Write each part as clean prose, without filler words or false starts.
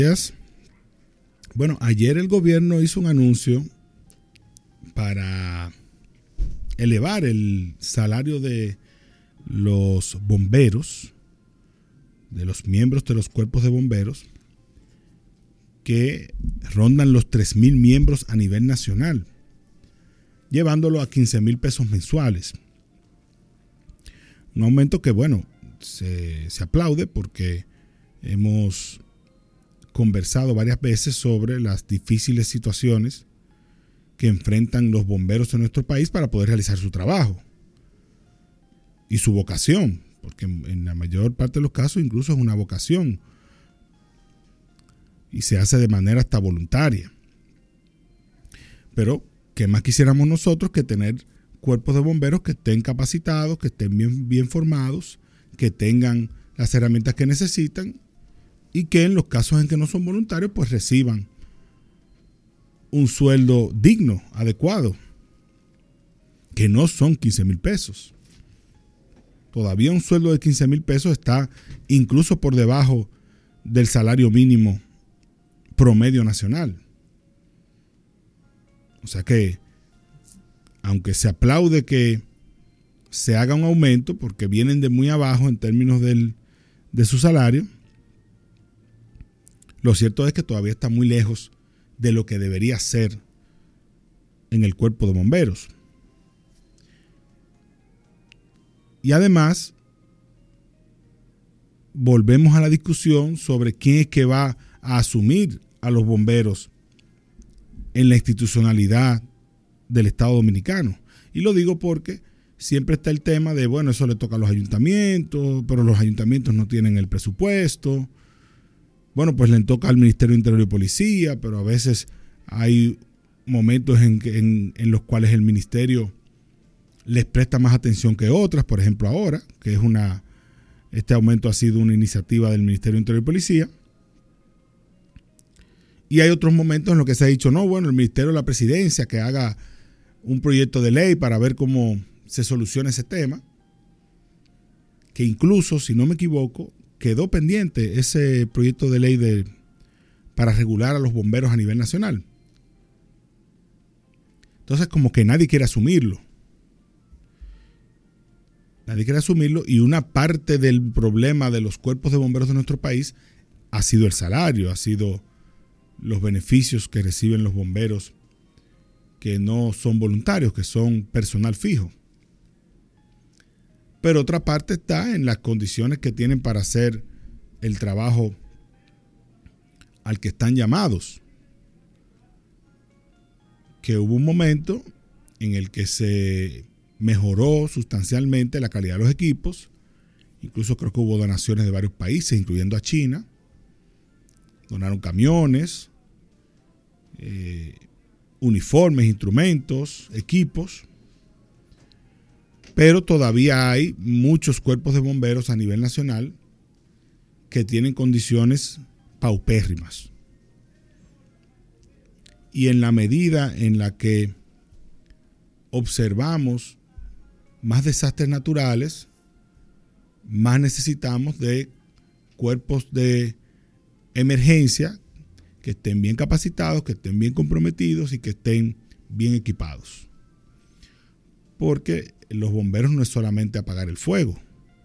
Bueno, ayer el gobierno hizo un anuncio para elevar el salario de los bomberos, de los miembros de los cuerpos de bomberos, que rondan los 3,000 miembros a nivel nacional, llevándolo a 15,000 pesos mensuales. Un aumento que, bueno, se aplaude porque hemos conversado varias veces sobre las difíciles situaciones que enfrentan los bomberos en nuestro país para poder realizar su trabajo y su vocación, porque en la mayor parte de los casos incluso es una vocación y se hace de manera hasta voluntaria. Pero, ¿qué más quisiéramos nosotros que tener cuerpos de bomberos que estén capacitados, que estén bien formados, que tengan las herramientas que necesitan y que en los casos en que no son voluntarios pues reciban un sueldo digno, adecuado, que no son 15,000 pesos. Todavía un sueldo de 15,000 pesos está incluso por debajo del salario mínimo promedio nacional. O sea que, aunque se aplaude que se haga un aumento porque vienen de muy abajo en términos de su salario, lo cierto es que todavía está muy lejos de lo que debería ser en el cuerpo de bomberos. Y además, volvemos a la discusión sobre quién es que va a asumir a los bomberos en la institucionalidad del Estado Dominicano. Y lo digo porque siempre está el tema de, bueno, eso le toca a los ayuntamientos, pero los ayuntamientos no tienen el presupuesto. Bueno, pues le toca al Ministerio de Interior y Policía, pero a veces hay momentos en los cuales el ministerio les presta más atención que otras. Por ejemplo, ahora, que este aumento ha sido una iniciativa del Ministerio de Interior y Policía. Y hay otros momentos en los que se ha dicho, no, bueno, el Ministerio de la Presidencia que haga un proyecto de ley para ver cómo se soluciona ese tema, que incluso, si no me equivoco, quedó pendiente ese proyecto de ley para regular a los bomberos a nivel nacional. Entonces, como que nadie quiere asumirlo. Nadie quiere asumirlo, y una parte del problema de los cuerpos de bomberos de nuestro país ha sido el salario, ha sido los beneficios que reciben los bomberos que no son voluntarios, que son personal fijo. Pero otra parte está en las condiciones que tienen para hacer el trabajo al que están llamados. Que hubo un momento en el que se mejoró sustancialmente la calidad de los equipos. Incluso creo que hubo donaciones de varios países, incluyendo a China. Donaron camiones, uniformes, instrumentos, equipos. Pero todavía hay muchos cuerpos de bomberos a nivel nacional que tienen condiciones paupérrimas. Y en la medida en la que observamos más desastres naturales, más necesitamos de cuerpos de emergencia que estén bien capacitados, que estén bien comprometidos y que estén bien equipados. Porque los bomberos no es solamente apagar el fuego,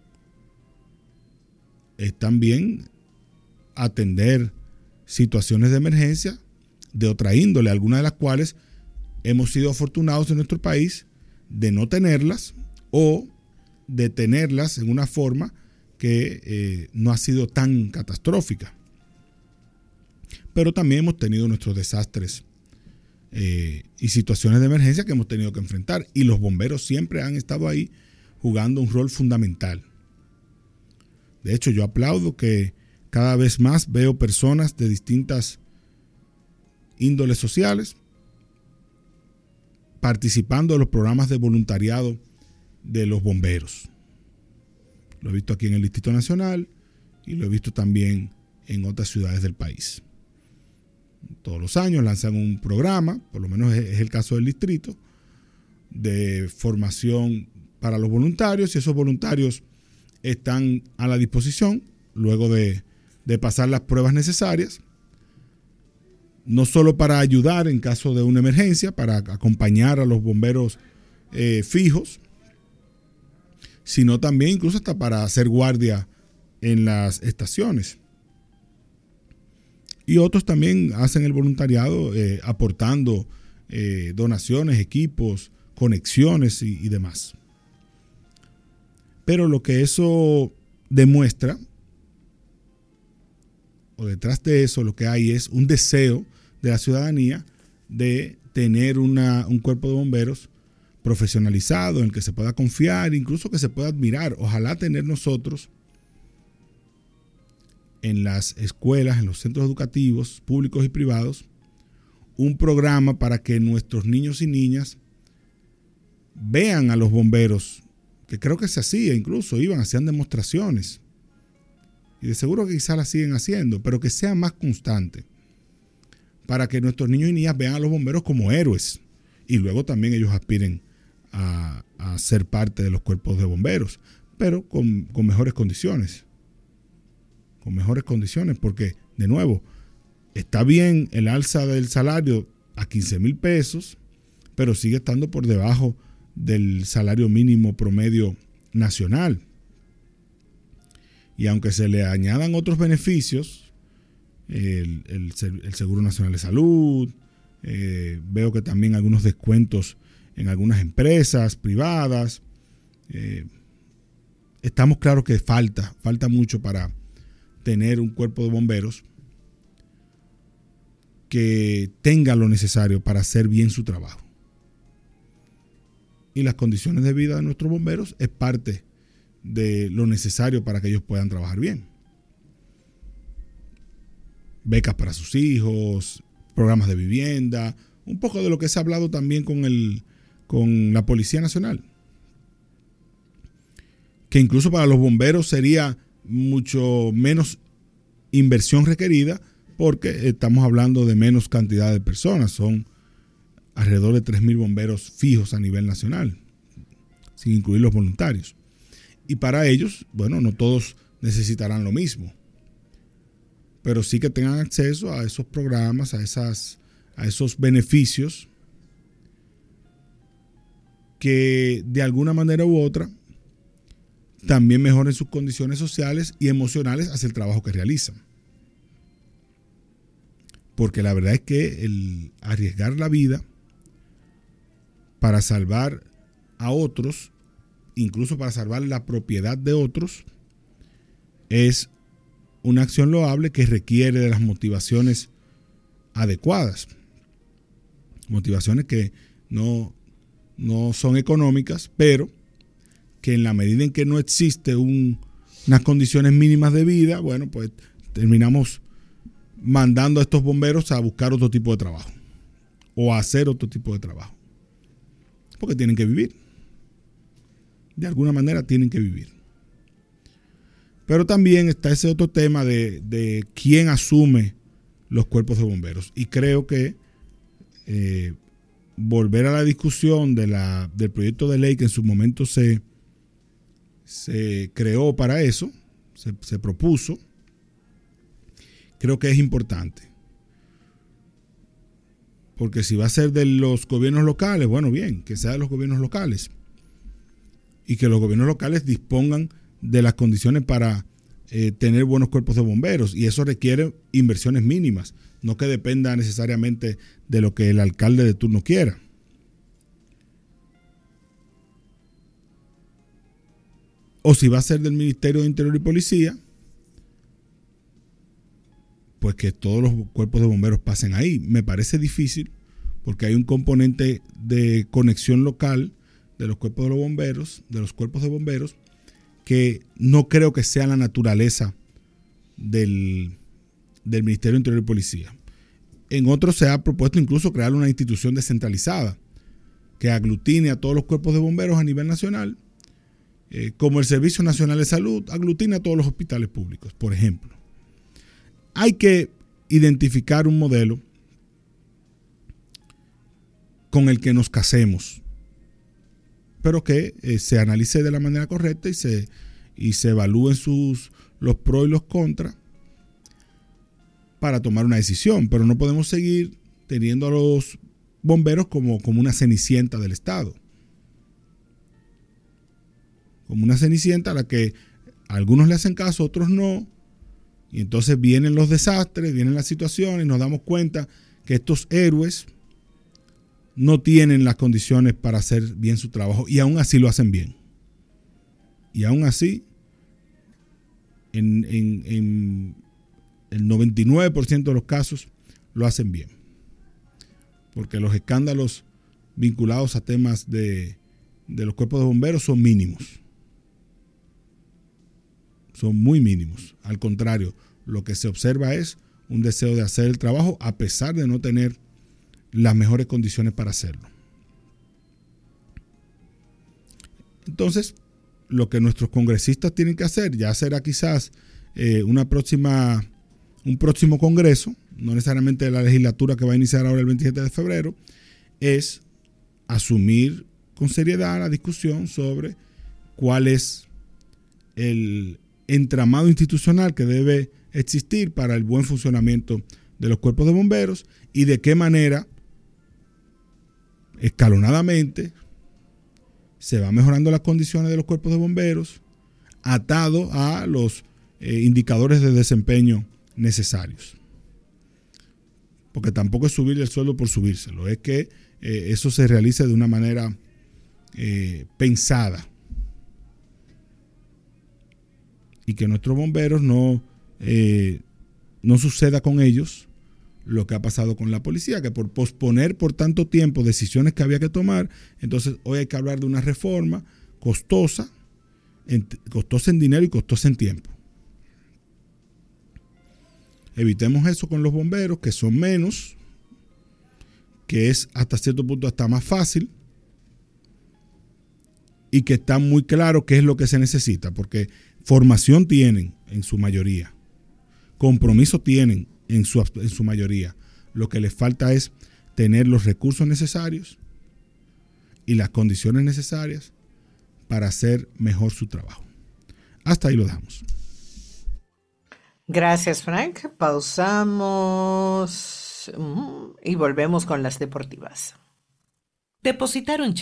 es también atender situaciones de emergencia de otra índole, algunas de las cuales hemos sido afortunados en nuestro país de no tenerlas o de tenerlas en una forma que no ha sido tan catastrófica. Pero también hemos tenido nuestros desastres y situaciones de emergencia que hemos tenido que enfrentar, y los bomberos siempre han estado ahí jugando un rol fundamental. De hecho, yo aplaudo que cada vez más veo personas de distintas índoles sociales participando de los programas de voluntariado de los bomberos. Lo he visto aquí en el Distrito Nacional y lo he visto también en otras ciudades del país. Todos los años lanzan un programa, por lo menos es el caso del distrito, de formación para los voluntarios, y esos voluntarios están a la disposición luego de pasar las pruebas necesarias no solo para ayudar en caso de una emergencia, para acompañar a los bomberos fijos, sino también incluso hasta para hacer guardia en las estaciones. Y otros también hacen el voluntariado aportando donaciones, equipos, conexiones y demás. Pero lo que eso demuestra, o detrás de eso lo que hay es un deseo de la ciudadanía de tener un cuerpo de bomberos profesionalizado, en el que se pueda confiar, incluso que se pueda admirar. Ojalá tener nosotros en las escuelas, en los centros educativos públicos y privados, un programa para que nuestros niños y niñas vean a los bomberos, que creo que se hacía, incluso hacían demostraciones, y de seguro que quizás las siguen haciendo, pero que sea más constante, para que nuestros niños y niñas vean a los bomberos como héroes, y luego también ellos aspiren a ser parte de los cuerpos de bomberos, pero con mejores condiciones. Con mejores condiciones, porque, de nuevo, está bien el alza del salario a 15,000 pesos, pero sigue estando por debajo del salario mínimo promedio nacional. Y aunque se le añadan otros beneficios, el Seguro Nacional de Salud, veo que también algunos descuentos en algunas empresas privadas, estamos claros que falta mucho para tener un cuerpo de bomberos que tenga lo necesario para hacer bien su trabajo. Y las condiciones de vida de nuestros bomberos es parte de lo necesario para que ellos puedan trabajar bien. Becas para sus hijos, programas de vivienda, un poco de lo que se ha hablado también con la Policía Nacional. Que incluso para los bomberos sería mucho menos inversión requerida, porque estamos hablando de menos cantidad de personas. Son alrededor de 3,000 bomberos fijos a nivel nacional, sin incluir los voluntarios. Y para ellos, bueno, no todos necesitarán lo mismo, pero sí que tengan acceso a esos programas, a esos beneficios que de alguna manera u otra también mejoren sus condiciones sociales y emocionales hacia el trabajo que realizan. Porque la verdad es que el arriesgar la vida para salvar a otros, incluso para salvar la propiedad de otros, es una acción loable que requiere de las motivaciones adecuadas. Motivaciones que no son económicas, pero que en la medida en que no existe unas condiciones mínimas de vida, bueno, pues terminamos mandando a estos bomberos a buscar otro tipo de trabajo o a hacer otro tipo de trabajo. Porque tienen que vivir. De alguna manera tienen que vivir. Pero también está ese otro tema de quién asume los cuerpos de bomberos. Y creo que volver a la discusión del proyecto de ley que en su momento se creó para eso, se propuso, creo que es importante. Porque si va a ser de los gobiernos locales, bueno, bien, que sea de los gobiernos locales. Y que los gobiernos locales dispongan de las condiciones para tener buenos cuerpos de bomberos. Y eso requiere inversiones mínimas, no que dependa necesariamente de lo que el alcalde de turno quiera. O si va a ser del Ministerio de Interior y Policía, pues que todos los cuerpos de bomberos pasen ahí. Me parece difícil porque hay un componente de conexión local de los cuerpos de bomberos, que no creo que sea la naturaleza del Ministerio de Interior y Policía. En otros se ha propuesto incluso crear una institución descentralizada que aglutine a todos los cuerpos de bomberos a nivel nacional, como el Servicio Nacional de Salud aglutina a todos los hospitales públicos, por ejemplo. Hay que identificar un modelo con el que nos casemos, pero que se analice de la manera correcta y se evalúen los pros y los contras, para tomar una decisión, pero no podemos seguir teniendo a los bomberos como una cenicienta del Estado. Como una cenicienta a la que algunos le hacen caso, otros no. Y entonces vienen los desastres, vienen las situaciones y nos damos cuenta que estos héroes no tienen las condiciones para hacer bien su trabajo y aún así lo hacen bien. Y aún así, en el 99% de los casos lo hacen bien. Porque los escándalos vinculados a temas de los cuerpos de bomberos son mínimos. Son muy mínimos. Al contrario, lo que se observa es un deseo de hacer el trabajo a pesar de no tener las mejores condiciones para hacerlo. Entonces, lo que nuestros congresistas tienen que hacer, ya será quizás un próximo congreso, no necesariamente la legislatura que va a iniciar ahora el 27 de febrero, es asumir con seriedad la discusión sobre cuál es el entramado institucional que debe existir para el buen funcionamiento de los cuerpos de bomberos y de qué manera escalonadamente se va mejorando las condiciones de los cuerpos de bomberos atado a los indicadores de desempeño necesarios. Porque tampoco es subir el sueldo por subírselo, es que eso se realice de una manera pensada y que nuestros bomberos no suceda con ellos lo que ha pasado con la policía, que por posponer por tanto tiempo decisiones que había que tomar, entonces hoy hay que hablar de una reforma costosa en dinero y costosa en tiempo. Evitemos eso con los bomberos, que son menos, que es hasta cierto punto hasta más fácil y que está muy claro qué es lo que se necesita, porque formación tienen en su mayoría, compromiso tienen en su mayoría. Lo que les falta es tener los recursos necesarios y las condiciones necesarias para hacer mejor su trabajo. Hasta ahí lo dejamos. Gracias, Frank. Pausamos y volvemos con las deportivas. Depositaron